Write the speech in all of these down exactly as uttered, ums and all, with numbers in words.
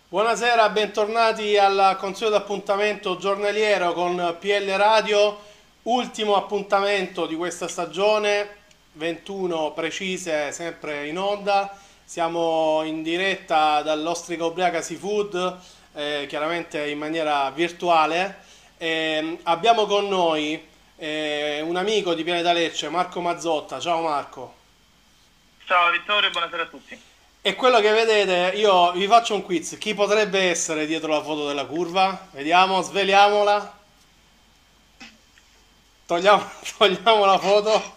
Buonasera, bentornati al consueto appuntamento giornaliero con P L Radio, ultimo appuntamento di questa stagione, ventuno precise, sempre in onda. Siamo in diretta dall'Ostrica Ubriaca Seafood, eh, chiaramente in maniera virtuale. Eh, abbiamo con noi eh, un amico di Pianeta Lecce, Marco Mazzotta. Ciao Marco. Ciao Vittorio, buonasera a tutti. E quello che vedete, io vi faccio un quiz. Chi potrebbe essere dietro la foto della curva? Vediamo, sveliamola. Togliamo, togliamo la foto.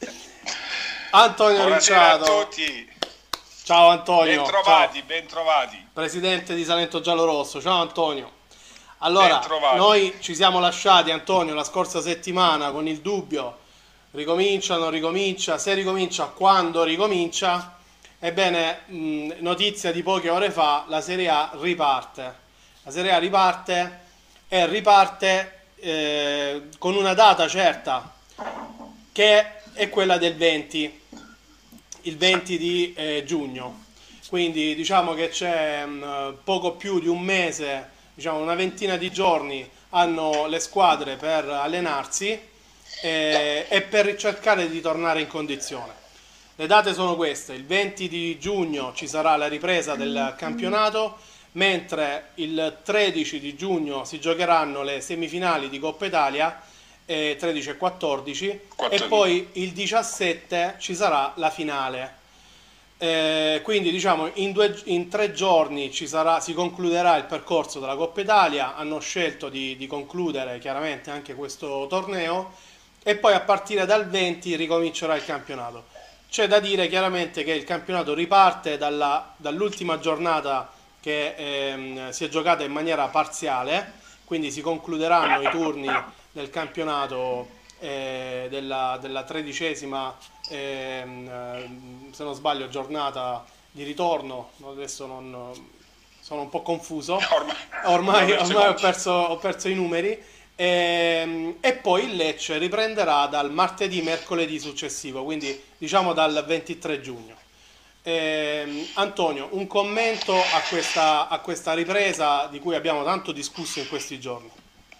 Antonio Buonasera Ricciardo. a tutti. Ciao Antonio. Bentrovati, Ciao. bentrovati. Presidente di Salento Giallorosso. Ciao Antonio. Allora, Bentrovati. noi ci siamo lasciati, Antonio, la scorsa settimana con il dubbio. Ricomincia, non ricomincia, se ricomincia, quando ricomincia. Ebbene, mh, notizia di poche ore fa, la Serie A riparte. La Serie A riparte e riparte eh, con una data certa, che è quella del venti, il venti di eh, giugno. Quindi diciamo che c'è mh, poco più di un mese, diciamo una ventina di giorni hanno le squadre per allenarsi eh, e per cercare di tornare in condizione. Le date sono queste: il venti di giugno ci sarà la ripresa del campionato, mentre il tredici di giugno si giocheranno le semifinali di Coppa Italia, eh, tredici e quattordici, e poi il diciassette ci sarà la finale. Eh, quindi diciamo in, due, in tre giorni ci sarà, si concluderà il percorso della Coppa Italia. Hanno scelto di, di concludere chiaramente anche questo torneo e poi a partire dal venti ricomincerà il campionato. C'è da dire chiaramente che il campionato riparte dalla, dall'ultima giornata che ehm, si è giocata in maniera parziale, quindi si concluderanno i turni del campionato eh, della, della tredicesima, ehm, se non sbaglio, giornata di ritorno. Adesso non, sono un po' confuso, ormai, ormai ho, perso, ho perso i numeri. E, e poi il Lecce riprenderà dal martedì, mercoledì successivo, quindi diciamo dal ventitré giugno. E, Antonio, un commento a questa, a questa ripresa di cui abbiamo tanto discusso in questi giorni.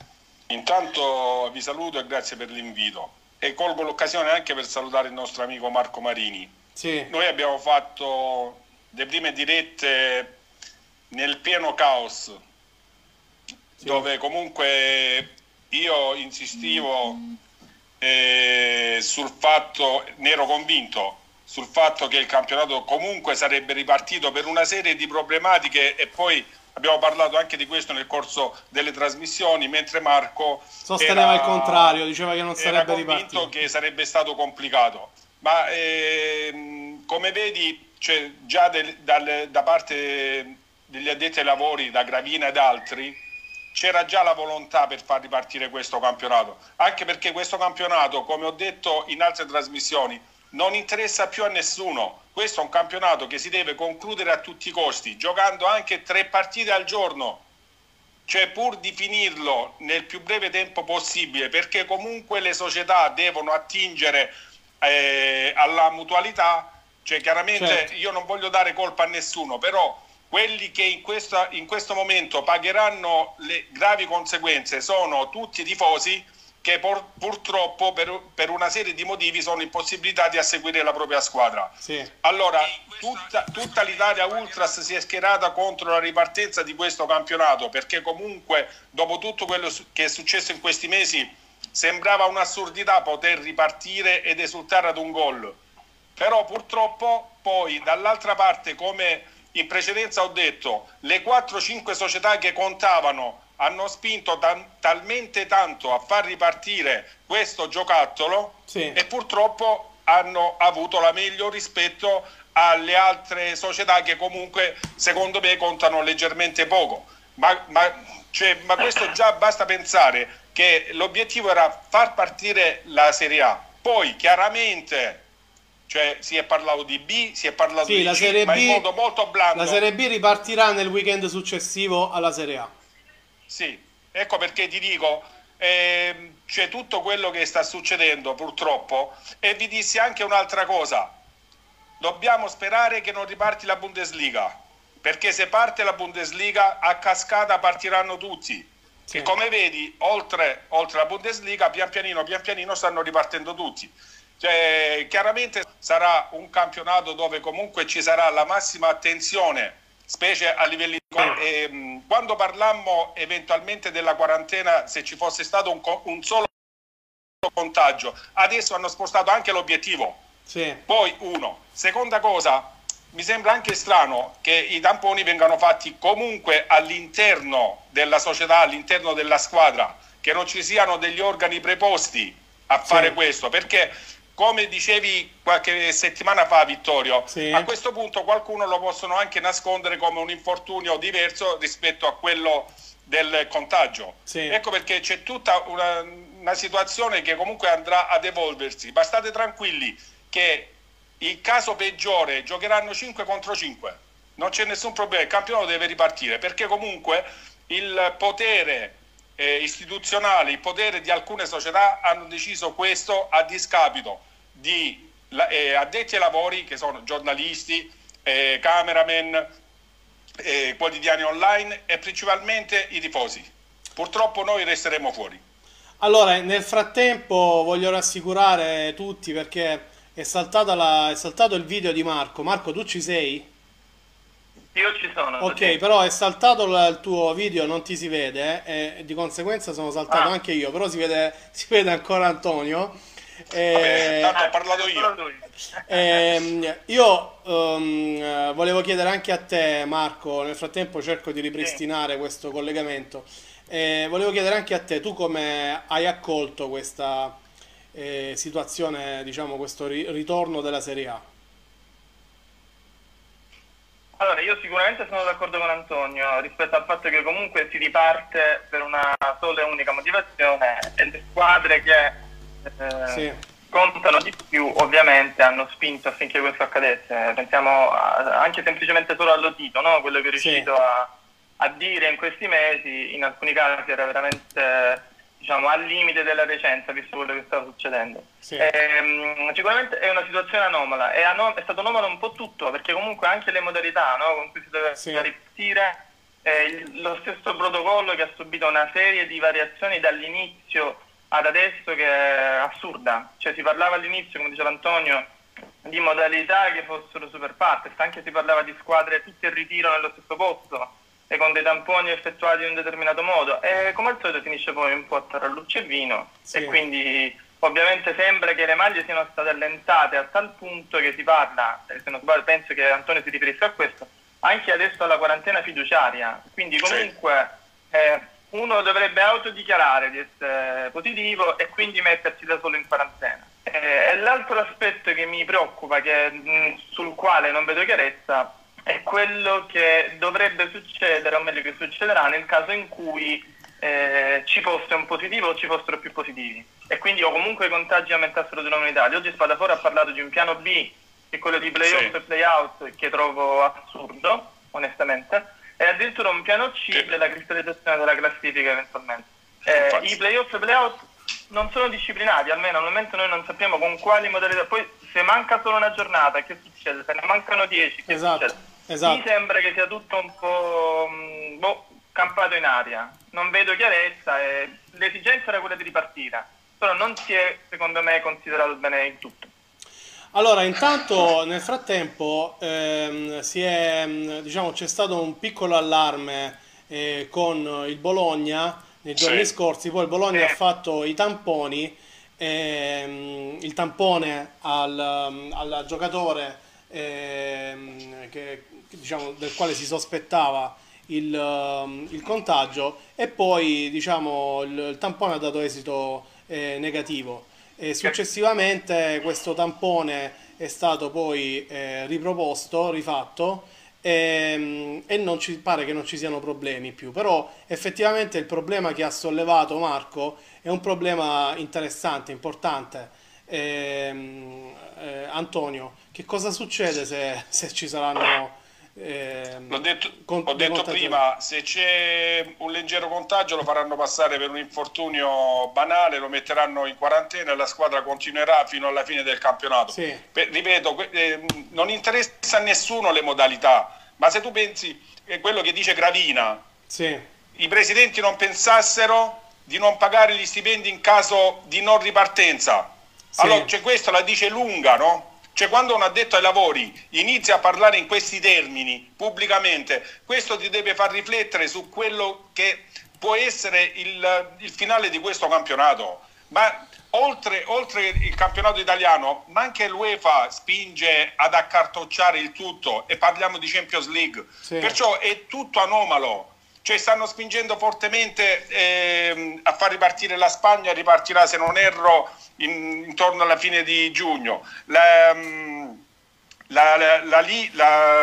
Intanto vi saluto e grazie per l'invito e colgo l'occasione anche per salutare il nostro amico Marco Marini. Sì. Noi abbiamo fatto le prime dirette nel pieno caos, sì, dove comunque io insistivo eh, sul fatto, ne ero convinto, sul fatto che il campionato comunque sarebbe ripartito per una serie di problematiche, e poi abbiamo parlato anche di questo nel corso delle trasmissioni, mentre Marco sosteneva era, il contrario, diceva che non sarebbe era convinto ripartito, che sarebbe stato complicato. Ma ehm, come vedi, cioè, già del, dal, da parte degli addetti ai lavori, da Gravina ed altri, c'era già la volontà per far ripartire questo campionato, anche perché questo campionato, come ho detto in altre trasmissioni, non interessa più a nessuno. Questo è un campionato che si deve concludere a tutti i costi, giocando anche tre partite al giorno, cioè pur di finirlo nel più breve tempo possibile, perché comunque le società devono attingere eh, alla mutualità. Cioè chiaramente, certo, io non voglio dare colpa a nessuno, però quelli che in, questa, in questo momento pagheranno le gravi conseguenze sono tutti i tifosi che por, purtroppo per, per una serie di motivi sono impossibilitati a seguire la propria squadra. Sì. Allora tutta, tutta l'Italia Ultras si è schierata contro la ripartenza di questo campionato, perché comunque dopo tutto quello che è successo in questi mesi sembrava un'assurdità poter ripartire ed esultare ad un gol. Però purtroppo poi dall'altra parte, come in precedenza ho detto, le quattro cinque società che contavano hanno spinto ta- talmente tanto a far ripartire questo giocattolo, sì, e purtroppo hanno avuto la meglio rispetto alle altre società che comunque secondo me contano leggermente poco. Ma, ma, cioè, ma questo già basta pensare che l'obiettivo era far partire la Serie A. Poi chiaramente, cioè, si è parlato di B, si è parlato sì, di la C, Serie ma B, in modo molto blando. La Serie B ripartirà nel weekend successivo alla Serie A. Sì, ecco perché ti dico, eh, c'è tutto quello che sta succedendo purtroppo. E vi dissi anche un'altra cosa: dobbiamo sperare che non riparti la Bundesliga, perché se parte la Bundesliga a cascata partiranno tutti. Sì. E come vedi, oltre, oltre la Bundesliga, pian pianino, pian pianino stanno ripartendo tutti. Cioè, chiaramente sarà un campionato dove comunque ci sarà la massima attenzione, specie a livelli... E, quando parlammo eventualmente della quarantena, se ci fosse stato un, un solo contagio, adesso hanno spostato anche l'obiettivo. Sì. Poi uno. Seconda cosa, mi sembra anche strano che i tamponi vengano fatti comunque all'interno della società, all'interno della squadra, che non ci siano degli organi preposti a fare sì. questo, perché come dicevi qualche settimana fa, Vittorio, sì. a questo punto qualcuno lo possono anche nascondere come un infortunio diverso rispetto a quello del contagio. Sì. Ecco perché c'è tutta una, una situazione che comunque andrà ad evolversi. Ma state tranquilli che il caso peggiore giocheranno cinque contro cinque, non c'è nessun problema, il campionato deve ripartire, perché comunque il potere eh, istituzionale, il potere di alcune società hanno deciso questo a discapito di eh, addetti ai lavori, che sono giornalisti, eh, cameraman, eh, quotidiani online e principalmente i tifosi. Purtroppo noi resteremo fuori. Allora, nel frattempo voglio rassicurare tutti, perché È, saltata la, è saltato il video di Marco. Marco, tu ci sei? Io ci sono. Ok, sì. però è saltato il tuo video, non ti si vede, eh, e di conseguenza sono saltato ah. anche io, però si vede, si vede ancora Antonio. Eh, Vabbè, tanto ho parlato io. Eh, io um, volevo chiedere anche a te, Marco, nel frattempo cerco di ripristinare sì. questo collegamento. Eh, volevo chiedere anche a te, tu come hai accolto questa... Eh, situazione, diciamo, questo ri ritorno della Serie A? Allora, io sicuramente sono d'accordo con Antonio rispetto al fatto che comunque si riparte per una sola e unica motivazione, e le squadre che eh, sì. contano di più ovviamente hanno spinto affinché questo accadesse. Pensiamo a, anche semplicemente solo allo Tito, no? Quello che è riuscito sì. a, a dire in questi mesi, in alcuni casi era veramente, diciamo, al limite della decenza, visto quello che stava succedendo. Sì. Ehm, sicuramente è una situazione anomala, è, anom è stato anomalo un po' tutto, perché comunque anche le modalità, no, con cui si deve sì. ripartire, eh, il, lo stesso protocollo che ha subito una serie di variazioni dall'inizio ad adesso, che è assurda. Cioè, si parlava all'inizio, come diceva Antonio, di modalità che fossero super partes, anche si parlava di squadre tutte in ritiro nello stesso posto e con dei tamponi effettuati in un determinato modo, e come al solito finisce poi un po' a tarallucce e vino, sì. e quindi ovviamente sembra che le maglie siano state allentate a tal punto che si parla, se non sbaglio penso che Antonio si riferisca a questo, anche adesso alla quarantena fiduciaria, quindi comunque eh, uno dovrebbe autodichiarare di essere positivo e quindi mettersi da solo in quarantena. Eh, e l'altro aspetto che mi preoccupa, che, mh, sul quale non vedo chiarezza, è quello che dovrebbe succedere, o meglio che succederà nel caso in cui eh, ci fosse un positivo o ci fossero più positivi, e quindi o comunque i contagi aumentassero di nuovo in Italia. Oggi Spadafora ha parlato di un piano B, che è quello di play-off sì. e play-out, che trovo assurdo, onestamente, e addirittura un piano C sì. della cristallizzazione della classifica eventualmente. Eh, I play-off e play-out non sono disciplinati, almeno al momento noi non sappiamo con quali modalità. Poi se manca solo una giornata, che succede? Se ne mancano dieci, che esatto. succede? Esatto. Mi sembra che sia tutto un po' boh, campato in aria, non vedo chiarezza, e l'esigenza era quella di ripartire, però non si è, secondo me, considerato bene il tutto. Allora, intanto nel frattempo ehm, si è, diciamo, c'è stato un piccolo allarme eh, con il Bologna nei giorni sì. scorsi, poi il Bologna sì. ha fatto i tamponi, ehm, il tampone al, al giocatore ehm, che, diciamo, del quale si sospettava il, il contagio, e poi, diciamo, il, il tampone ha dato esito eh, negativo. E successivamente questo tampone è stato poi eh, riproposto, rifatto, e, e non ci pare che non ci siano problemi più. Però effettivamente il problema che ha sollevato Marco è un problema interessante, importante. Eh, eh, Antonio, che cosa succede se, se ci saranno... Eh, L'ho detto, ho detto prima, se c'è un leggero contagio lo faranno passare per un infortunio banale, lo metteranno in quarantena e la squadra continuerà fino alla fine del campionato. Sì. Per, ripeto, eh, non interessa a nessuno le modalità, Ma se tu pensi, è quello che dice Gravina, sì. i presidenti non pensassero di non pagare gli stipendi in caso di non ripartenza. Sì. Allora, cioè, questo la dice lunga, no? Cioè, quando un addetto ai lavori inizia a parlare in questi termini pubblicamente, questo ti deve far riflettere su quello che può essere il, il finale di questo campionato. Ma oltre, oltre il campionato italiano, ma anche l'UEFA spinge ad accartocciare il tutto, e parliamo di Champions League. Sì. Perciò è tutto anomalo. Cioè, stanno spingendo fortemente eh, a far ripartire la Spagna, ripartirà, se non erro, in, intorno alla fine di giugno. La, la, la, la, la,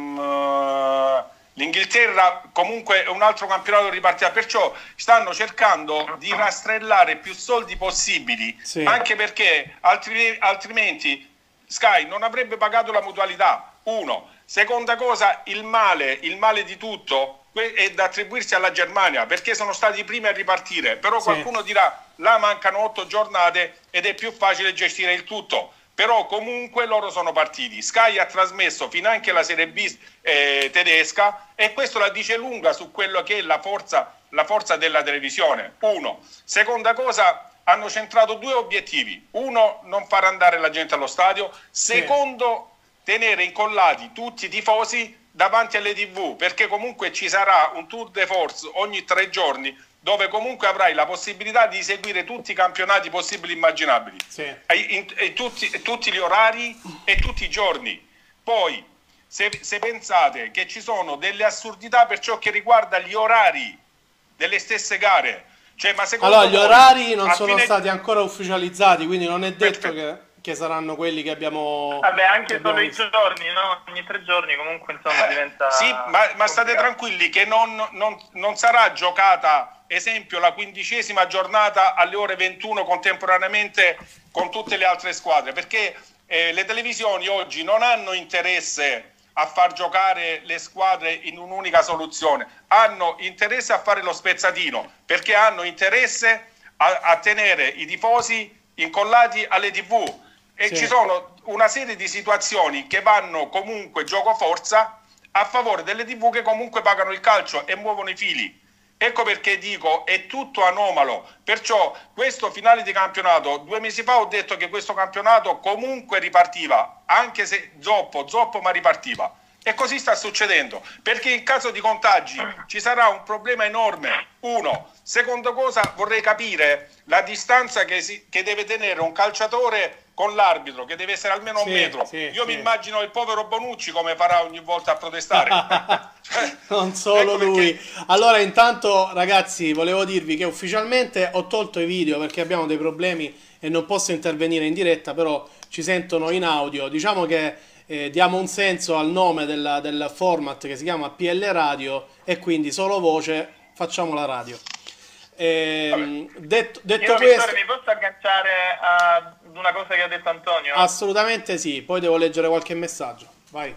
uh, L'Inghilterra comunque è un altro campionato ripartirà, perciò stanno cercando di rastrellare più soldi possibili, sì. Anche perché altri, altrimenti Sky non avrebbe pagato la mutualità. Uno. Seconda cosa, il male, il male di tutto è da attribuirsi alla Germania, perché sono stati i primi a ripartire. Però sì. Qualcuno dirà, là mancano otto giornate ed è più facile gestire il tutto. Però comunque loro sono partiti. Sky ha trasmesso finanche la Serie B eh, tedesca, e questo la dice lunga su quello che è la forza, la forza della televisione. Uno. Seconda cosa, hanno centrato due obiettivi. Uno, non far andare la gente allo stadio. Secondo, sì. tenere incollati tutti i tifosi davanti alle tivù, perché comunque ci sarà un tour de force ogni tre giorni, dove comunque avrai la possibilità di seguire tutti i campionati possibili e immaginabili, sì. e, in, e tutti, e tutti gli orari e tutti i giorni. Poi, se, se pensate che ci sono delle assurdità per ciò che riguarda gli orari delle stesse gare, cioè, ma secondo allora gli voi, orari non sono fine... stati ancora ufficializzati, quindi non è detto che... che saranno quelli che abbiamo... Vabbè, anche abbiamo solo visto. I giorni, no? Ogni tre giorni comunque, insomma, diventa... Sì, ma, ma state tranquilli che non, non, non sarà giocata, esempio, la quindicesima giornata alle ore ventuno contemporaneamente con tutte le altre squadre, perché eh, le televisioni oggi non hanno interesse a far giocare le squadre in un'unica soluzione, hanno interesse a fare lo spezzatino, perché hanno interesse a, a tenere i tifosi incollati alle tivù. E sì. Ci sono una serie di situazioni che vanno comunque gioco forza a favore delle tivù che comunque pagano il calcio e muovono i fili. Ecco perché dico, è tutto anomalo. Perciò questo finale di campionato, due mesi fa ho detto che questo campionato comunque ripartiva, anche se zoppo, zoppo ma ripartiva. E così sta succedendo, perché in caso di contagi ci sarà un problema enorme. Uno. Seconda cosa, vorrei capire la distanza che, si, che deve tenere un calciatore con l'arbitro, che deve essere almeno sì, un metro. Sì, Io sì. mi immagino il povero Bonucci come farà ogni volta a protestare. Cioè, non solo ecco lui. Perché... Allora, intanto, ragazzi, volevo dirvi che ufficialmente ho tolto i video perché abbiamo dei problemi e non posso intervenire in diretta, però ci sentono in audio. Diciamo che eh, diamo un senso al nome del, del format che si chiama P L Radio, e quindi solo voce, facciamo la radio. Eh, detto, detto Io, questo, mi posso agganciare ad una cosa che ha detto Antonio? Assolutamente sì, poi devo leggere qualche messaggio. Vai.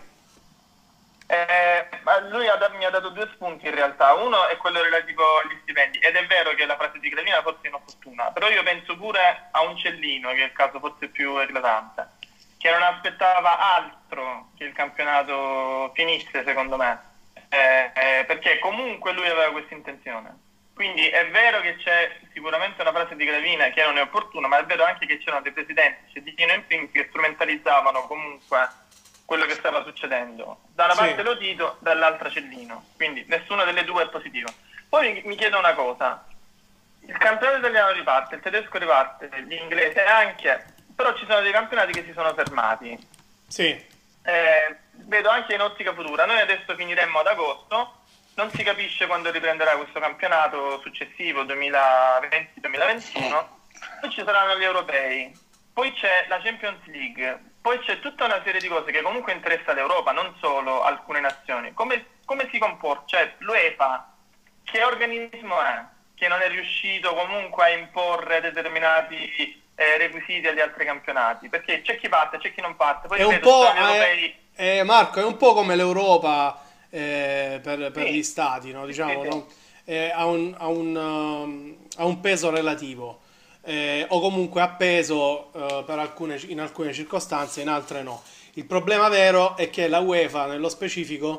Eh, lui ha, mi ha dato due spunti in realtà. Uno è quello relativo agli stipendi, ed è vero che la frase di Gravina forse è inopportuna, però io penso pure a Uncellino, che è il caso forse più eclatante, che non aspettava altro che il campionato finisse, secondo me, eh, eh, perché comunque lui aveva questa intenzione. Quindi è vero che c'è sicuramente una frase di Gravina che non è opportuna, ma è vero anche che c'erano dei presidenti, c'è Dino in primis, che strumentalizzavano comunque quello che stava succedendo. Da una parte sì. Lotito, dall'altra Cellino. Quindi nessuna delle due è positiva. Poi mi chiedo una cosa. Il campionato italiano riparte, il tedesco riparte, l'inglese anche, però ci sono dei campionati che si sono fermati. Sì. Eh, vedo anche in ottica futura. Noi adesso finiremmo ad agosto. Non si capisce quando riprenderà questo campionato successivo, duemilaventi duemilaventuno. Poi ci saranno gli europei, poi c'è la Champions League, poi c'è tutta una serie di cose che comunque interessa l'Europa, non solo alcune nazioni. Come, come si comporta? Cioè, l'UEFA, che organismo è? Che non è riuscito comunque a imporre determinati eh, requisiti agli altri campionati? Perché c'è chi parte, c'è chi non parte. Poi è un po', gli europei... eh, eh, Marco, è un po' come l'Europa... Eh, per, per sì. gli stati, no? Diciamo, sì, sì. No? Eh, ha, un, ha, un, um, ha un peso relativo, eh, o comunque ha peso uh, per alcune, in alcune circostanze, in altre no. Il problema vero è che la UEFA nello specifico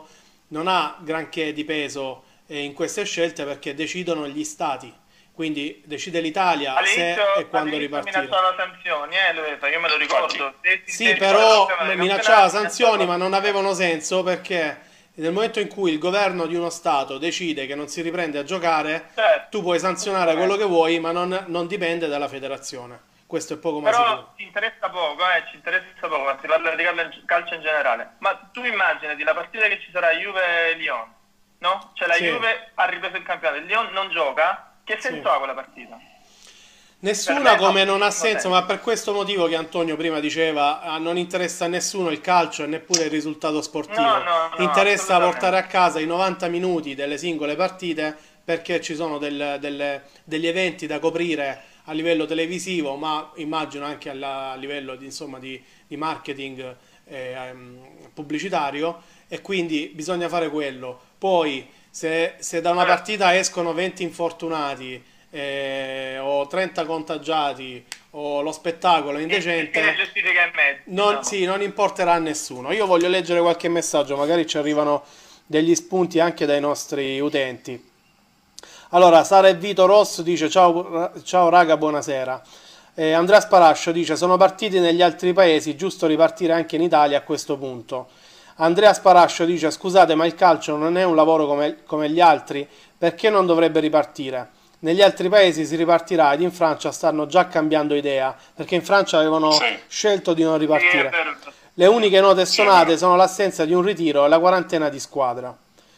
non ha granché di peso eh, in queste scelte perché decidono gli stati. Quindi decide l'Italia se e quando ripartire. Minacciava sanzioni, eh, l'UEFA, io me lo ricordo. Se, sì, se però minacciava sanzioni, ma non avevano senso perché nel momento in cui il governo di uno Stato decide che non si riprende a giocare, certo, tu puoi sanzionare quello che vuoi, ma non, non dipende dalla federazione. Questo è poco ma però sicuro. ci interessa poco, eh, ci interessa poco, ma si parla di calcio in generale. Ma tu immaginati la partita che ci sarà Juve-Lyon, no? Cioè la sì. Juve ha ripreso il campionato, il Lyon non gioca. Che senso sì. ha quella partita? Nessuna come non ha senso, ma per questo motivo che Antonio prima diceva, non interessa a nessuno il calcio e neppure il risultato sportivo. No, no, no, interessa portare a casa i novanta minuti delle singole partite perché ci sono del, delle, degli eventi da coprire a livello televisivo, ma immagino anche alla, a livello di, insomma, di, di marketing eh, pubblicitario, e quindi bisogna fare quello. Poi Se, se da una partita escono venti infortunati eh, o trenta contagiati o lo spettacolo indecente, non, sì, non importerà a nessuno. Io voglio leggere qualche messaggio, magari ci arrivano degli spunti anche dai nostri utenti. Allora, Sara e Vito Ross dice ciao, ciao raga, buonasera. eh, Andrea Sparascio dice sono partiti negli altri paesi, giusto ripartire anche in Italia a questo punto. Andrea Sparascio dice scusate, ma il calcio non è un lavoro come, come gli altri, perché non dovrebbe ripartire? Negli altri paesi si ripartirà ed in Francia stanno già cambiando idea, perché in Francia avevano sì. scelto di non ripartire. Sì, le uniche note stonate sì, sono l'assenza di un ritiro e la quarantena di squadra.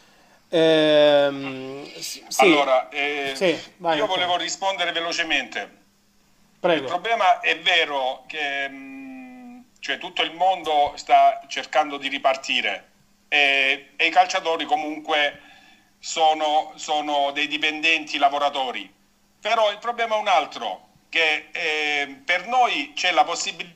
Ehm, sì. Allora, eh, sì, vai, io volevo rispondere velocemente. Prego. Il problema è vero che cioè tutto il mondo sta cercando di ripartire e, e i calciatori comunque sono, sono dei dipendenti lavoratori, però il problema è un altro, che eh, per noi c'è la possibilità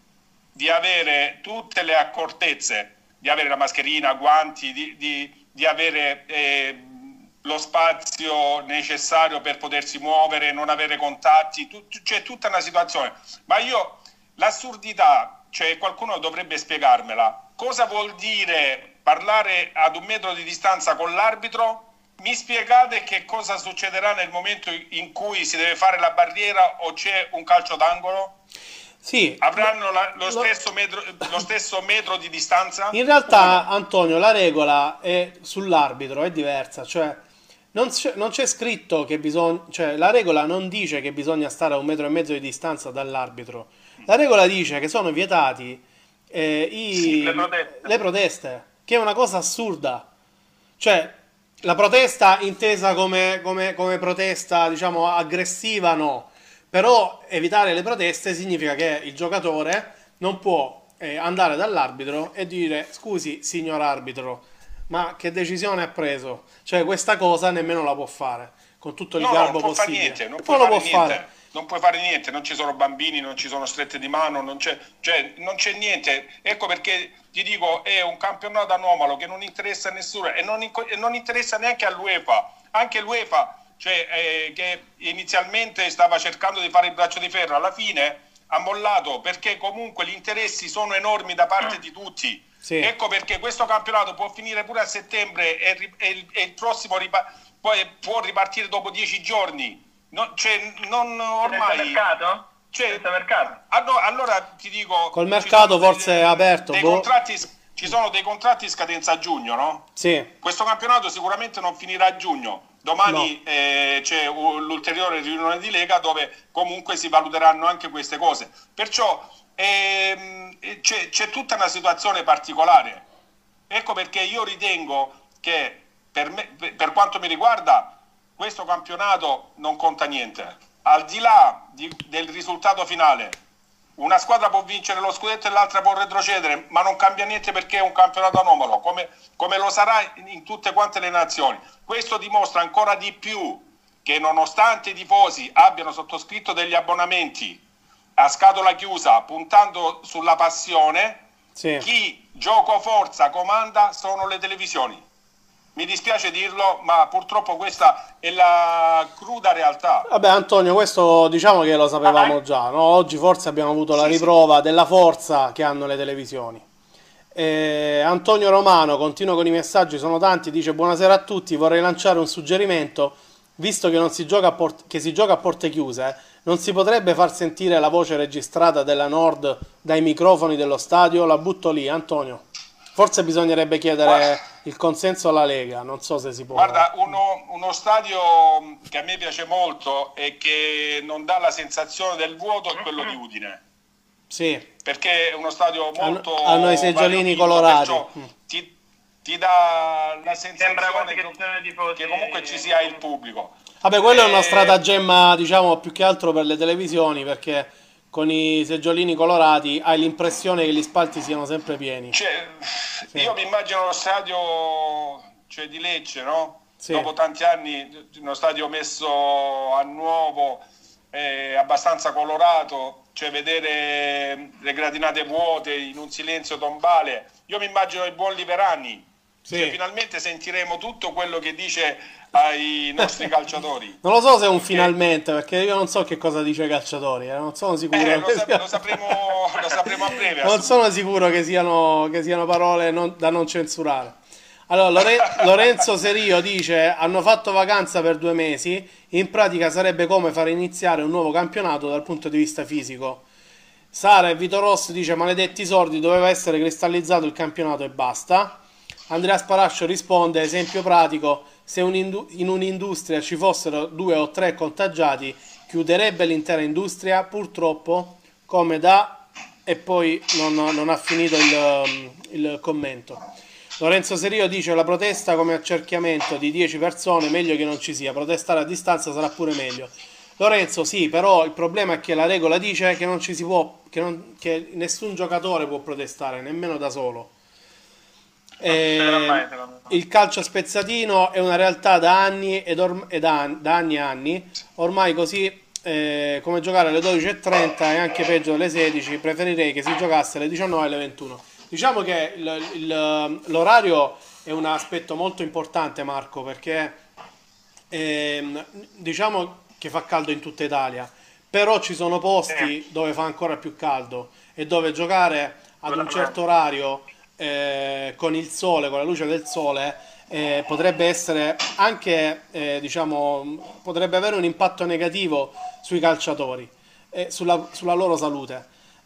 di avere tutte le accortezze, di avere la mascherina, guanti, di, di, di avere eh, lo spazio necessario per potersi muovere, non avere contatti, tut, c'è tutta una situazione, ma io l'assurdità, cioè qualcuno dovrebbe spiegarmela. Cosa vuol dire parlare ad un metro di distanza con l'arbitro? Mi spiegate che cosa succederà nel momento in cui si deve fare la barriera o c'è un calcio d'angolo? Sì. Avranno la, lo, stesso metro, lo stesso metro di distanza? In realtà, Antonio, la regola è sull'arbitro, è diversa. Cioè, non c'è, non c'è scritto che bisogna... Cioè, la regola non dice che bisogna stare a un metro e mezzo di distanza dall'arbitro. La regola dice che sono vietati eh, i, sì, le, proteste. le proteste, che è una cosa assurda. Cioè, la protesta intesa come, come, come protesta, diciamo, aggressiva, no. Però evitare le proteste significa che il giocatore non può eh, andare dall'arbitro e dire scusi, signor arbitro, ma che decisione ha preso? Cioè, questa cosa nemmeno la può fare, con tutto il no, garbo non può possibile. Fare niente, non e può poi fare lo può niente. fare. Non puoi fare niente, non ci sono bambini, non ci sono strette di mano, non c'è, cioè, non c'è niente. Ecco perché ti dico, è un campionato anomalo che non interessa a nessuno e non, e non interessa neanche all'UEFA. Anche l'UEFA, cioè, eh, che inizialmente stava cercando di fare il braccio di ferro, alla fine ha mollato perché comunque gli interessi sono enormi da parte di tutti. Sì. Ecco perché questo campionato può finire pure a settembre e, e, e il prossimo ripa- poi può ripartire dopo dieci giorni. No, cioè, non ormai. Senza mercato? Cioè, Senza mercato? Allora, allora ti dico. Col mercato forse dei, è aperto. Dei boh. contratti, ci sono dei contratti in scadenza a giugno, no? Sì. Questo campionato sicuramente non finirà a giugno. Domani no. eh, c'è l'ulteriore riunione di Lega dove comunque si valuteranno anche queste cose. Perciò ehm, c'è, c'è tutta una situazione particolare. Ecco perché io ritengo che per, me, per quanto mi riguarda questo campionato non conta niente. Al di là di, del risultato finale, una squadra può vincere lo scudetto e l'altra può retrocedere, ma non cambia niente perché è un campionato anomalo, come, come lo sarà in tutte quante le nazioni. Questo dimostra ancora di più che nonostante i tifosi abbiano sottoscritto degli abbonamenti a scatola chiusa, puntando sulla passione, sì. Chi gioco forza comanda sono le televisioni. Mi dispiace dirlo, ma purtroppo questa è la cruda realtà. Vabbè, Antonio, questo diciamo che lo sapevamo ah, già, no? Oggi forse abbiamo avuto la riprova sì. della forza che hanno le televisioni. Eh, Antonio Romano continua con i messaggi, sono tanti, dice buonasera a tutti, vorrei lanciare un suggerimento, visto che, non si gioca a port- che si gioca a porte chiuse, non si potrebbe far sentire la voce registrata della Nord dai microfoni dello stadio? La butto lì, Antonio. Forse bisognerebbe chiedere Guarda, il consenso alla Lega, non so se si può. guarda, uno, uno stadio che a me piace molto e che non dà la sensazione del vuoto è quello di Udine. Sì. Perché è uno stadio molto hanno i seggiolini variopinto, colorati. perciò ti, ti dà la Sembra quasi sensazione che che, ci siano i tifosi. che comunque ci sia il pubblico. Vabbè, quello è uno Eh, stratagemma, diciamo, più che altro per le televisioni, perché con i seggiolini colorati hai l'impressione che gli spalti siano sempre pieni. Cioè, Sì. io mi immagino lo stadio, cioè, di Lecce, no? Sì. Dopo tanti anni, uno stadio messo a nuovo, eh, abbastanza colorato, cioè vedere le gradinate vuote in un silenzio tombale. Io mi immagino il buon Liverani. Sì. Cioè, finalmente sentiremo tutto quello che dice ai nostri calciatori. Non lo so se è un finalmente, perché io non so che cosa dice i calciatori, eh, non sono sicuro. Eh, lo, che sap- sia- lo sapremo, lo sapremo a breve. Non sono sicuro che siano, che siano parole non- da non censurare. Allora, Lore- Lorenzo Serio dice: hanno fatto vacanza per due mesi. In pratica sarebbe come fare iniziare un nuovo campionato dal punto di vista fisico. Sara e Vito Rossi dice: maledetti sordi, doveva essere cristallizzato il campionato e basta. Andrea Sparascio risponde: esempio pratico, se un in un'industria ci fossero due o tre contagiati, chiuderebbe l'intera industria? Purtroppo, come da... e poi non, non ha finito il, il commento. Lorenzo Serio dice: la protesta come accerchiamento di dieci persone, meglio che non ci sia, protestare a distanza sarà pure meglio. Lorenzo, sì, però il problema è che la regola dice che non ci si può, che, non, che nessun giocatore può protestare, nemmeno da solo. Eh, il calcio spezzatino è una realtà da anni ed orm- e da, da anni e anni, ormai così eh, come giocare alle dodici e trenta e anche peggio alle sedici, preferirei che si giocasse alle diciannove e alle ventuno. Diciamo che il- il- l'orario è un aspetto molto importante, Marco, perché ehm, diciamo che fa caldo in tutta Italia, però ci sono posti dove fa ancora più caldo e dove giocare ad un certo orario eh, con il sole, con la luce del sole, eh, potrebbe essere anche, eh, diciamo, potrebbe avere un impatto negativo sui calciatori e sulla, sulla loro salute.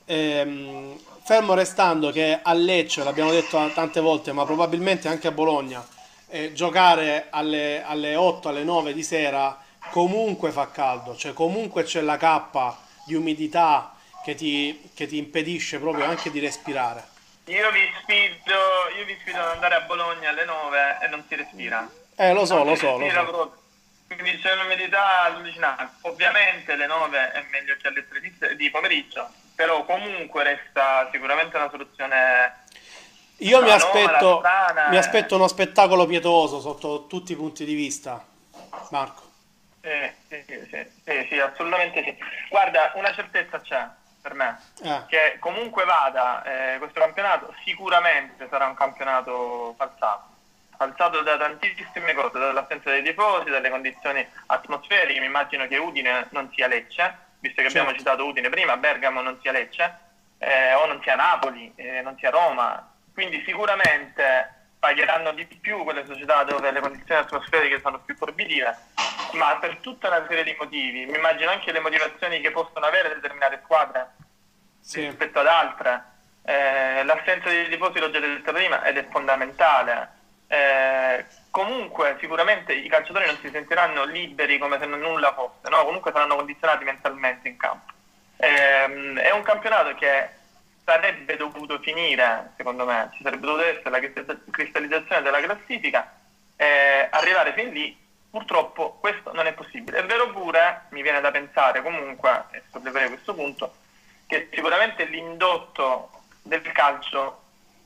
Ehm, fermo restando che a Lecce, l'abbiamo detto tante volte, ma probabilmente anche a Bologna, eh, giocare alle, alle otto, alle nove di sera comunque fa caldo, cioè comunque c'è la cappa di umidità che ti, che ti impedisce proprio anche di respirare. Io vi sfido, io vi sfido ad andare a Bologna alle nove e non si respira. Eh, lo so, Non lo si so, lo respira so. proprio. Quindi c'è un'umidità allucinante. Ovviamente le nove è meglio che alle tre di, se- di pomeriggio, però comunque resta sicuramente una soluzione Io mi anomala, aspetto, strana. mi aspetto uno spettacolo pietoso sotto tutti i punti di vista, Marco. Sì, sì, sì, sì, sì, sì, assolutamente sì. Guarda, una certezza c'è per me, Eh. che comunque vada eh, questo campionato sicuramente sarà un campionato falsato. Falsato da tantissime cose, dall'assenza dei tifosi, dalle condizioni atmosferiche. Mi immagino che Udine non sia Lecce, visto che abbiamo Certo. citato Udine prima, Bergamo non sia Lecce, eh, o non sia Napoli, eh, non sia Roma. Quindi sicuramente pagheranno di più quelle società dove le condizioni atmosferiche sono più forbitive, ma per tutta una serie di motivi. Mi immagino anche le motivazioni che possono avere determinate squadre Sì. rispetto ad altre. Eh, l'assenza dei tifosi, l'ho già detto prima, ed è fondamentale. Eh, comunque sicuramente i calciatori non si sentiranno liberi come se nulla fosse, no? Comunque saranno condizionati mentalmente in campo. Eh, è un campionato che sarebbe dovuto finire, secondo me, ci sarebbe dovuta essere la cristallizzazione della classifica, eh, arrivare fin lì. Purtroppo questo non è possibile. È vero pure, mi viene da pensare comunque, e solleverei questo punto, che sicuramente l'indotto del calcio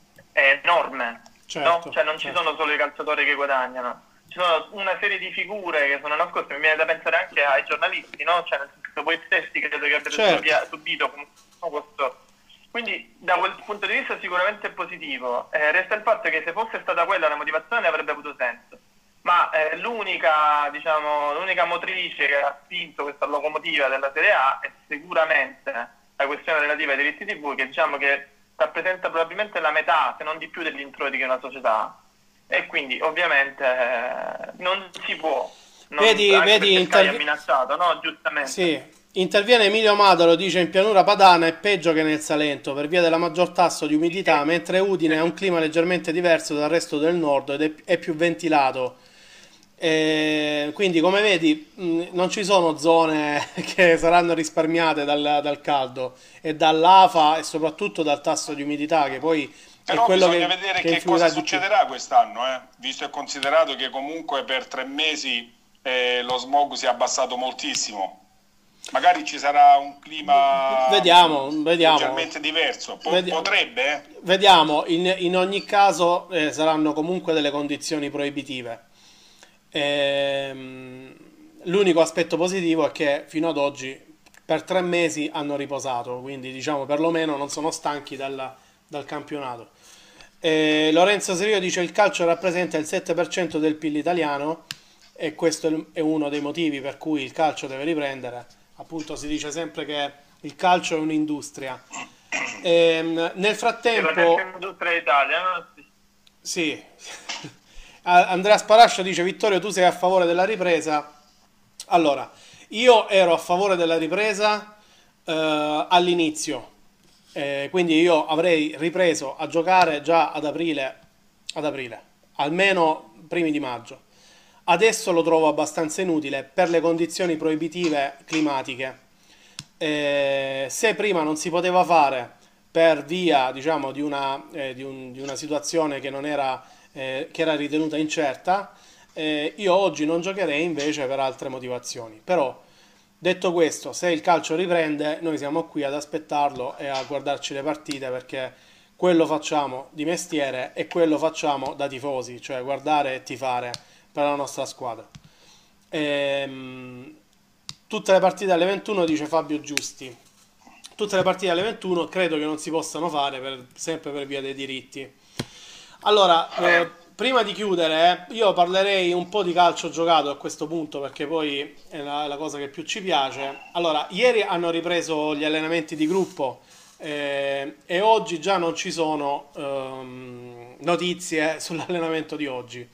è enorme, Certo, no? Cioè non ci certo. sono solo i calciatori che guadagnano, ci sono una serie di figure che sono nascoste. Mi viene da pensare anche ai giornalisti, no? Cioè nel senso, voi stessi credo che abbiate Certo. subia- subito questo. Quindi da quel punto di vista sicuramente è positivo. Eh, resta il fatto che se fosse stata quella la motivazione avrebbe avuto senso. Ma eh, l'unica, diciamo, l'unica motrice che ha spinto questa locomotiva della Serie A è sicuramente la questione relativa ai diritti tivù, che diciamo che rappresenta probabilmente la metà, se non di più, degli introiti che una società, e quindi ovviamente eh, non si può, non, vedi, vedi intervi- ha minacciato, no? Giustamente. Sì, interviene Emilio Madalo, dice: in pianura padana è peggio che nel Salento per via della maggior tasso di umidità, mentre Udine ha un clima leggermente diverso dal resto del nord ed è, è più ventilato. E quindi, come vedi, mh, non ci sono zone che saranno risparmiate dal, dal caldo e dall'afa e soprattutto dal tasso di umidità, che poi è Però quello bisogna che, vedere che che influirà cosa di più. succederà quest'anno, eh? Visto e considerato che comunque per tre mesi eh, lo smog si è abbassato moltissimo. Magari ci sarà un clima Vediamo, vediamo. leggermente diverso. Po- Vedi- potrebbe, eh? Vediamo, in, in ogni caso eh, saranno comunque delle condizioni proibitive. Ehm, l'unico aspetto positivo è che fino ad oggi per tre mesi hanno riposato, quindi diciamo perlomeno non sono stanchi dal, dal campionato. Eh, Lorenzo Serio dice: il calcio rappresenta il sette per cento del P I L italiano e questo è il- è uno dei motivi per cui il calcio deve riprendere. Appunto, si dice sempre che il calcio è un'industria. Ehm, nel frattempo, L'industria d'Italia, no? sì. A- Andrea Sparascio dice: Vittorio, tu sei a favore della ripresa? Allora, io ero a favore della ripresa eh, all'inizio. Eh, quindi io avrei ripreso a giocare già ad aprile, ad aprile, almeno primi di maggio. Adesso lo trovo abbastanza inutile per le condizioni proibitive climatiche. Eh, se prima non si poteva fare per via, diciamo, di una, eh, di un- di una situazione che non era, eh, che era ritenuta incerta, eh, io oggi non giocherei invece per altre motivazioni. Però, detto questo, se il calcio riprende, noi siamo qui ad aspettarlo e a guardarci le partite, perché quello facciamo di mestiere e quello facciamo da tifosi, cioè guardare e tifare per la nostra squadra. Ehm, tutte le partite alle ventuno, dice Fabio Giusti. Tutte le partite alle ventuno credo che non si possano fare per- sempre per via dei diritti. Allora, eh, prima di chiudere, eh, io parlerei un po' di calcio giocato a questo punto, perché poi è la, la cosa che più ci piace. Allora, ieri hanno ripreso gli allenamenti di gruppo eh, e oggi già non ci sono ehm, notizie sull'allenamento di oggi.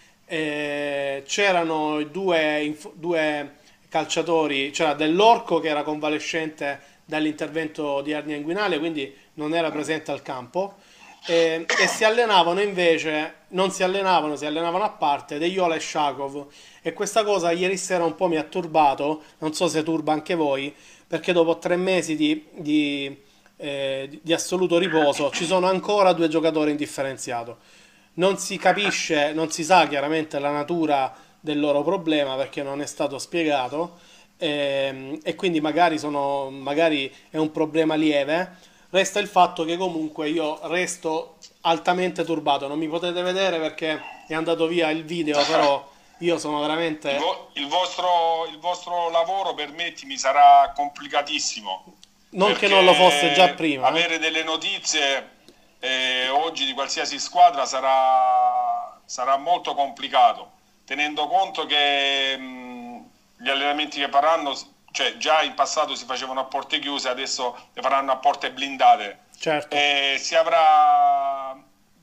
Eh, c'erano i due, inf- due calciatori, c'era Dell'Orco che era convalescente dall'intervento di ernia inguinale, quindi non era presente al campo, e, e si allenavano invece, non si allenavano, si allenavano a parte Deiola e Shakov, e questa cosa ieri sera un po' mi ha turbato, non so se turba anche voi, perché dopo tre mesi di, di, eh, di- di assoluto riposo ci sono ancora due giocatori indifferenziato. Non si capisce, non si sa chiaramente la natura del loro problema perché non è stato spiegato, ehm, e quindi magari, sono, magari è un problema lieve. Resta il fatto che comunque io resto altamente turbato. Non mi potete vedere perché è andato via il video, però io sono Il, veramente... vo- il vostro, il vostro lavoro, permettimi, sarà complicatissimo. Non che non lo fosse già Perché prima, eh. avere delle notizie eh, oggi di qualsiasi squadra sarà, sarà molto complicato, tenendo conto che mh, gli allenamenti che faranno, cioè già in passato si facevano a porte chiuse, adesso le faranno a porte blindate. Certo. E si avrà,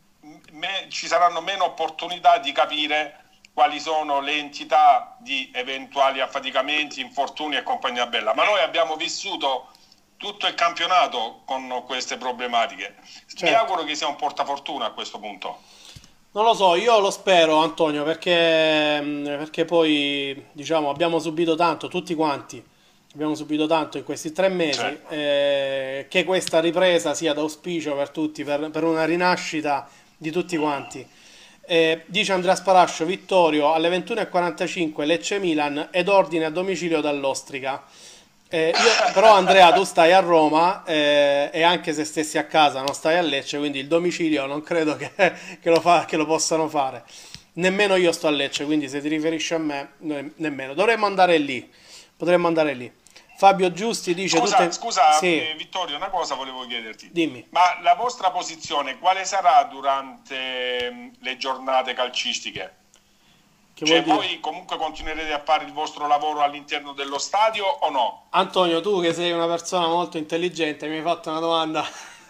me- ci saranno meno opportunità di capire quali sono le entità di eventuali affaticamenti, infortuni e compagnia bella. Ma noi abbiamo vissuto tutto il campionato con queste problematiche. Mi Certo. auguro che sia un portafortuna a questo punto. Non lo so, io lo spero, Antonio, perché, mh, perché poi, diciamo, abbiamo subito tanto, tutti quanti, abbiamo subito tanto in questi tre mesi, Sì. eh, che questa ripresa sia d'auspicio per tutti, per, per una rinascita di tutti quanti. Eh, dice Andrea Sparascio: Vittorio, alle ventuno e quarantacinque Lecce-Milan ed ordine a domicilio dall'Ostrica. Eh, io, però Andrea, tu stai a Roma, eh, e anche se stessi a casa non stai a Lecce, quindi il domicilio non credo che, che lo fa- che lo possano fare. Nemmeno io sto a Lecce, quindi se ti riferisci a me, ne- nemmeno. Dovremmo andare lì, potremmo andare lì. Fabio Giusti dice... Scusa, tutte... scusa Sì, eh, Vittorio, una cosa volevo chiederti. dimmi. Ma la vostra posizione quale sarà durante mh, le giornate calcistiche? Che Cioè, vuol dire? voi comunque continuerete a fare il vostro lavoro all'interno dello stadio o no? Antonio, tu che sei una persona molto intelligente, mi hai fatto una domanda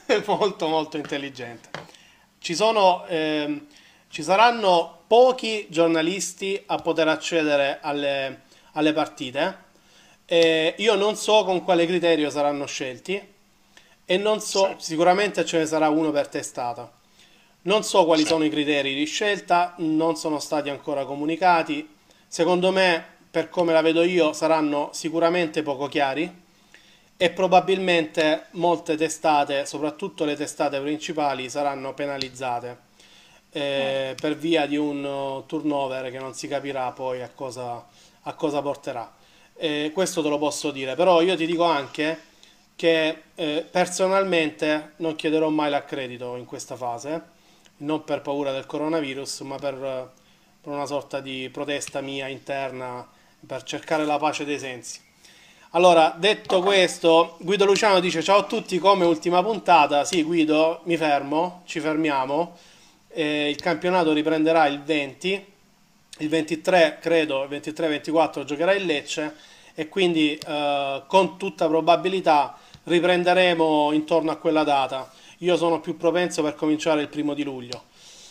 molto molto intelligente. Ci sono, ehm, ci saranno pochi giornalisti a poter accedere alle, alle partite. Eh, io non so con quale criterio saranno scelti e non so, Sì. sicuramente ce ne sarà uno per testata. Non so quali Sì. sono i criteri di scelta, non sono stati ancora comunicati. Secondo me, per come la vedo io, saranno sicuramente poco chiari e probabilmente molte testate, soprattutto le testate principali, saranno penalizzate eh, per via di un uh, turnover che non si capirà poi a cosa, a cosa porterà. Eh, questo te lo posso dire, però io ti dico anche che eh, personalmente non chiederò mai l'accredito in questa fase, non per paura del coronavirus, ma per, eh, per una sorta di protesta mia interna, per cercare la pace dei sensi. Allora, detto questo, Guido Luciano dice ciao a tutti, come ultima puntata. Sì, Guido, mi fermo, ci fermiamo. Eh, il campionato riprenderà il venti, il ventitré, credo, il ventitré ventiquattro giocherà il Lecce e quindi eh, con tutta probabilità riprenderemo intorno a quella data. Io sono più propenso per cominciare il primo di luglio.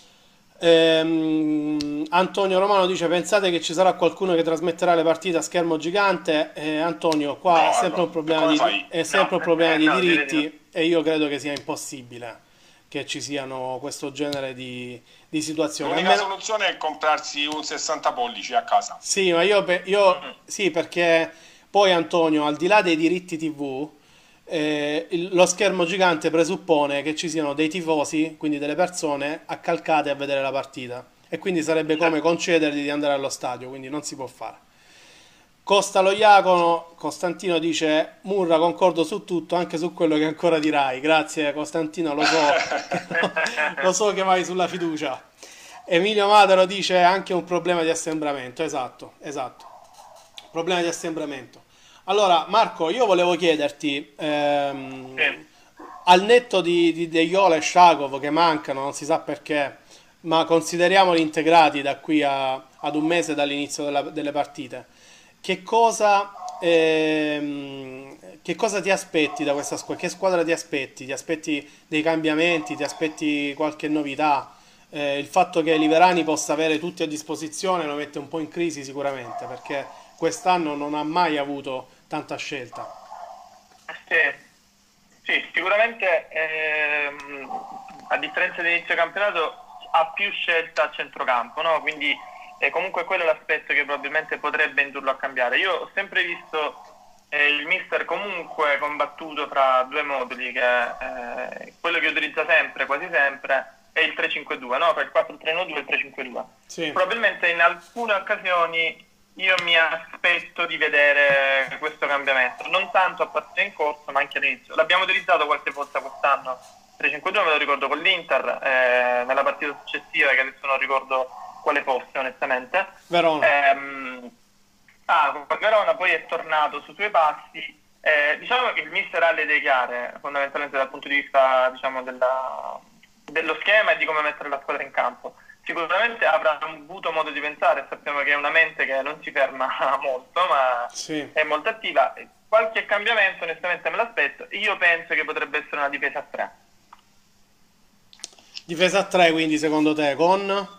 Ehm, Antonio Romano dice pensate che ci sarà qualcuno che trasmetterà le partite a schermo gigante? Eh, Antonio, qua No, è sempre no, un problema come di, fai? è sempre un problema eh, di no, direi di diritti e io credo che sia impossibile che ci siano questo genere di, di situazioni. L'unica Almeno- soluzione è comprarsi un sessanta pollici a casa. sì, ma io, pe- io sì, perché poi Antonio, al di là dei diritti T V, eh, il- lo schermo gigante presuppone che ci siano dei tifosi, quindi delle persone accalcate a vedere la partita. E quindi sarebbe come concedergli di andare allo stadio, quindi non si può fare. Costa lo Iacono, Costantino dice Murra, concordo su tutto, anche su quello che ancora dirai. Grazie Costantino, lo so, lo so che vai sulla fiducia. Emilio Madero dice anche un problema di assembramento, esatto, esatto, problema di assembramento. Allora Marco, io volevo chiederti, ehm, Sì. al netto di, di De Jong e Shakov che mancano, non si sa perché, ma consideriamoli integrati da qui a- ad un mese dall'inizio della- delle partite, che cosa, ehm, che cosa ti aspetti da questa squadra? Che squadra ti aspetti? Ti aspetti dei cambiamenti? Ti aspetti qualche novità? Eh, il fatto che Liverani possa avere tutti a disposizione lo mette un po' in crisi sicuramente, perché quest'anno non ha mai avuto tanta scelta. Sì, sì, sicuramente ehm, a differenza dell'inizio campionato ha più scelta a centrocampo, no? Quindi eh, comunque quello è l'aspetto che probabilmente potrebbe indurlo a cambiare. Io ho sempre visto eh, il mister comunque combattuto fra due moduli, che eh, quello che utilizza sempre, quasi sempre, è il tre cinque due, no? Fra il quattro tre uno due e il tre cinque due. Sì. Probabilmente in alcune occasioni io mi aspetto di vedere questo cambiamento, non tanto a partita in corso, ma anche all'inizio. L'abbiamo utilizzato qualche volta quest'anno, tre cinque due me lo ricordo con l'Inter, eh, nella partita successiva, che adesso non ricordo quale fosse onestamente. Verona. Ehm, ah, con Verona poi è tornato sui suoi passi. Eh, diciamo che il mister ha le idee chiare, fondamentalmente dal punto di vista, diciamo, della, dello schema e di come mettere la squadra in campo. Sicuramente avrà avuto modo di pensare, sappiamo che è una mente che non si ferma molto, ma Sì. è molto attiva. Qualche cambiamento onestamente me l'aspetto. Io penso che potrebbe essere una difesa a tre. Difesa a tre, quindi secondo te, con...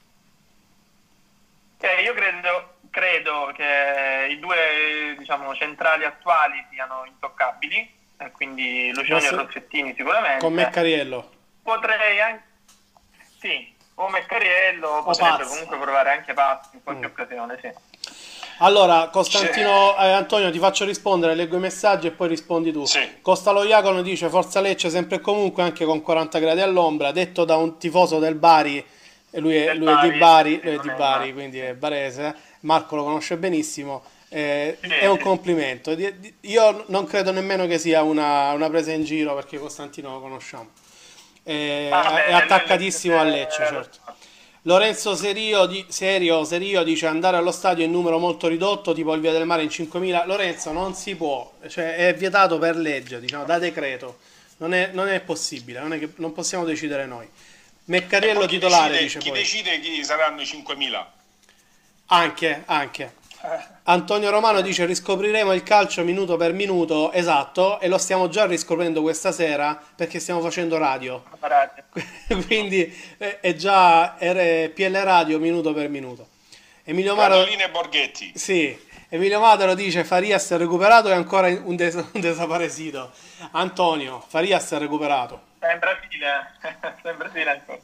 Eh, io credo, credo che i due, diciamo, centrali attuali siano intoccabili, eh, quindi Lucioni e Forse- Rossettini sicuramente. con Meccariello. Potrei anche... Sì, o Meccariello, o potrebbe Pazzi. comunque provare anche Pazzi in qualche Mm. occasione, sì. Allora, Costantino, eh, Antonio, ti faccio rispondere, leggo i messaggi e poi rispondi tu. Sì. Costa lo Iacono dice Forza Lecce sempre e comunque, anche con quaranta gradi all'ombra, detto da un tifoso del Bari, e lui è, Del lui è di Bari, Bari, sì, lui è non di è Bari, male. quindi è barese, Marco lo conosce benissimo, eh, Sì, è un sì. complimento. Di- di- Io non credo nemmeno che sia una, una presa in giro, perché Costantino lo conosciamo. Eh, Ah, beh, è lui- attaccatissimo a Lecce, eh, certo. Lorenzo Serio, di, Serio, Serio dice andare allo stadio in numero molto ridotto, tipo il Via del Mare in cinquemila. Lorenzo, non si può, cioè è vietato per legge, diciamo, da decreto. Non è, non è possibile, non, è che, non possiamo decidere noi. Meccariello Poi chi titolare decide, dice chi poi. decide chi saranno i cinquemila? Anche, anche. Antonio Romano dice riscopriremo il calcio minuto per minuto, esatto, e lo stiamo già riscoprendo questa sera perché stiamo facendo radio. Radio. Quindi è è già R- P L Radio minuto per minuto. Emilio Maro, Radolini e Borghetti. sì, Emilio Madaro dice Farias è recuperato e ancora un, des- un desaparecido. Antonio, Farias è recuperato. È in Brasile, è in Brasile ancora.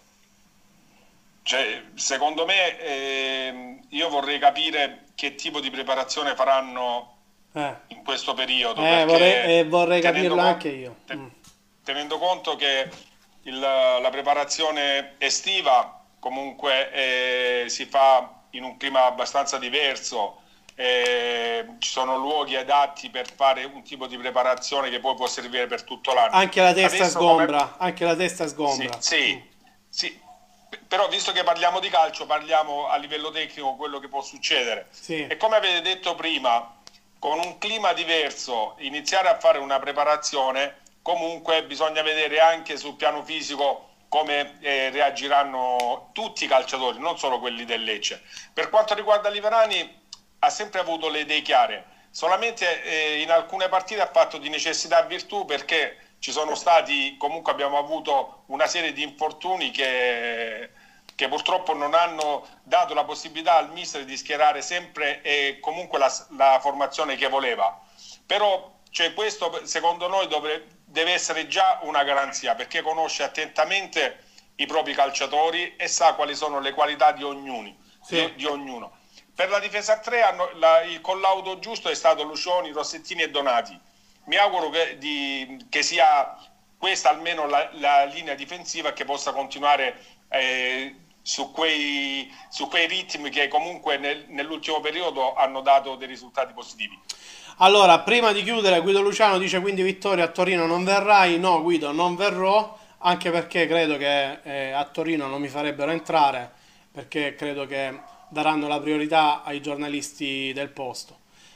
Cioè, secondo me, ehm, io vorrei capire che tipo di preparazione faranno Eh, in questo periodo. eh, perché vorrei, eh, vorrei tenendo capirlo con- anche io. te- Mm. tenendo conto che il- la preparazione estiva comunque eh, si fa in un clima abbastanza diverso, eh, ci sono luoghi adatti per fare un tipo di preparazione che poi può servire per tutto l'anno. Anche la testa Adesso come- sgombra, anche la testa sgombra. Sì, sì, sì. Però visto che parliamo di calcio, parliamo a livello tecnico quello che può succedere. Sì. E come avete detto prima, con un clima diverso, iniziare a fare una preparazione, comunque bisogna vedere anche sul piano fisico come eh, reagiranno tutti i calciatori, non solo quelli del Lecce. Per quanto riguarda Liverani, ha sempre avuto le idee chiare, solamente eh, in alcune partite ha fatto di necessità virtù perché ci sono stati, comunque abbiamo avuto una serie di infortuni che, che purtroppo non hanno dato la possibilità al mister di schierare sempre e comunque la, la formazione che voleva. Però cioè, questo secondo noi dovre, deve essere già una garanzia perché conosce attentamente i propri calciatori e sa quali sono le qualità di ognuno. Sì. Di, di ognuno. Per la difesa a tre hanno, la, il collaudo giusto è stato Lucioni, Rossettini e Donati. Mi auguro che, di, che sia questa almeno la, la linea difensiva che possa continuare eh, su, quei, su quei ritmi che comunque nel, nell'ultimo periodo hanno dato dei risultati positivi. Allora, prima di chiudere, Guido Luciano dice quindi Vittorio a Torino non verrai? No, Guido, non verrò, anche perché credo che eh, a Torino non mi farebbero entrare, perché credo che daranno la priorità ai giornalisti del posto.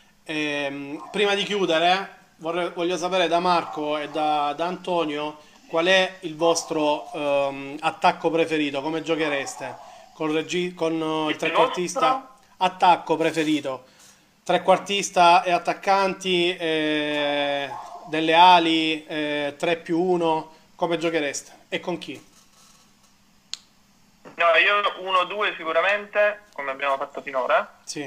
Ehm, prima di chiudere, vorrei, voglio sapere da Marco e da, da Antonio qual è il vostro ehm, attacco preferito, come giochereste? Con, regi- con eh, il trequartista? Attacco preferito? Trequartista e attaccanti, eh, delle ali, eh, tre più uno, come giochereste? E con chi? No, io uno due sicuramente, come abbiamo fatto finora. Sì.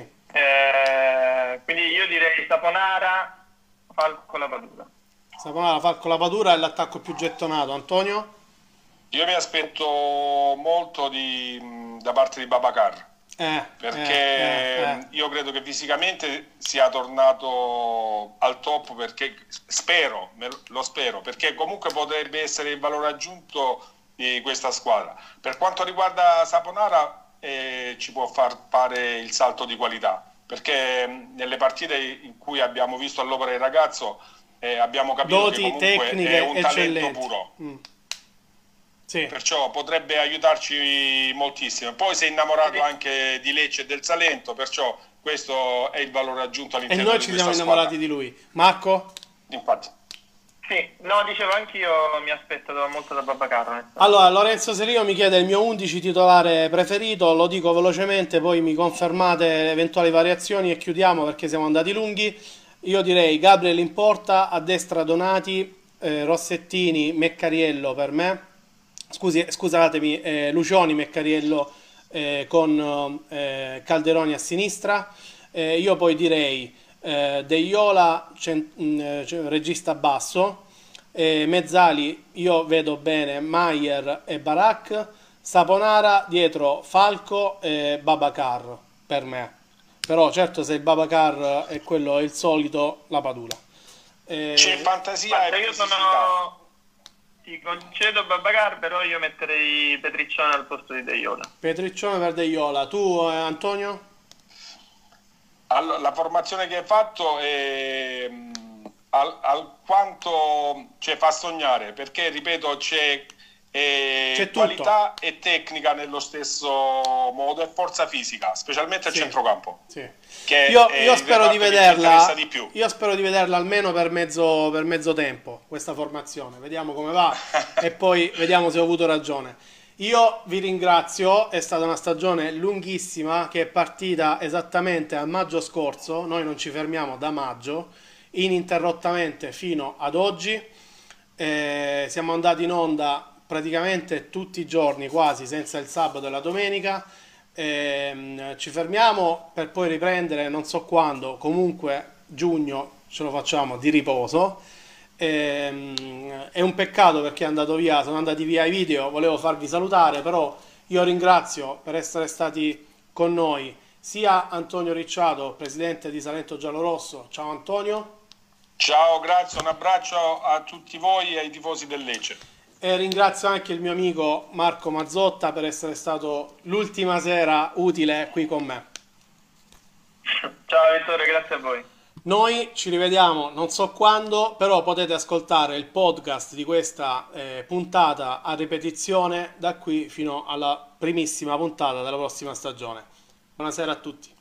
Eh, quindi io direi Saponara, Falco, Lapadura. Saponara, Falco, Lapadura è l'attacco più gettonato. Antonio? Io mi aspetto molto di, da parte di Babacar. Eh, perché eh, eh, eh. io credo che fisicamente sia tornato al top perché spero, lo spero, perché comunque potrebbe essere il valore aggiunto di questa squadra. Per quanto riguarda Saponara eh, ci può far fare il salto di qualità perché nelle partite in cui abbiamo visto all'opera il ragazzo eh, abbiamo capito Doti che comunque tecniche è un eccellenti. talento puro. Mm. Sì. Perciò potrebbe aiutarci moltissimo. Poi si è innamorato anche di Lecce e del Salento, perciò questo è il valore aggiunto E all'interno noi di ci questa siamo squadra. innamorati di lui. Marco? Infatti. Sì, no, dicevo anch'io mi aspetto molto da Babacar. Allora, Lorenzo Serio mi chiede il mio undici titolare preferito, lo dico velocemente, poi mi confermate eventuali variazioni e chiudiamo perché siamo andati lunghi. Io direi Gabriel in porta, a destra Donati, eh, Rossettini, Meccariello per me. Scusi, scusatemi, eh, Lucioni, Meccariello eh, con eh, Calderoni a sinistra. Eh, io poi direi eh, De Iola, cent- mh, regista basso, eh, Mezzali, io vedo bene Maier e Barak, Saponara dietro Falco e Babacar per me. Però certo se il Babacar è quello è il solito, Lapadula. Eh, C'è fantasia Guarda, e io fisicità. sono... Ti concedo Babacar, però io metterei Petriccione al posto di De Iola. Petriccione per De Iola. Tu, eh, Antonio? Allora, la formazione che hai fatto è mh, al, alquanto cioè, fa sognare, perché ripeto c'è, eh, C'è tutto. qualità e tecnica nello stesso modo e forza fisica, specialmente al Sì. centrocampo. Sì. Che Io, è io il spero di reparto che ci vederla. interessa di più. Io spero di vederla almeno per mezzo, per mezzo tempo, questa formazione. Vediamo come va e poi vediamo se ho avuto ragione. Io vi ringrazio, è stata una stagione lunghissima che è partita esattamente a maggio scorso, noi non ci fermiamo da maggio, ininterrottamente fino ad oggi, eh, siamo andati in onda praticamente tutti i giorni, quasi senza il sabato e la domenica, eh, ci fermiamo per poi riprendere non so quando, comunque giugno ce lo facciamo di riposo. Ehm, È un peccato perché è andato via, sono andati via i video, volevo farvi salutare, però io ringrazio per essere stati con noi sia Antonio Ricciato, presidente di Salento Giallorosso. Ciao Antonio. Ciao, grazie, un abbraccio a tutti voi e ai tifosi del Lecce. E ringrazio anche il mio amico Marco Mazzotta per essere stato l'ultima sera utile qui con me. Ciao Vittorio, grazie a voi. Noi ci rivediamo non so quando, però potete ascoltare il podcast di questa eh, puntata a ripetizione da qui fino alla primissima puntata della prossima stagione. Buonasera a tutti.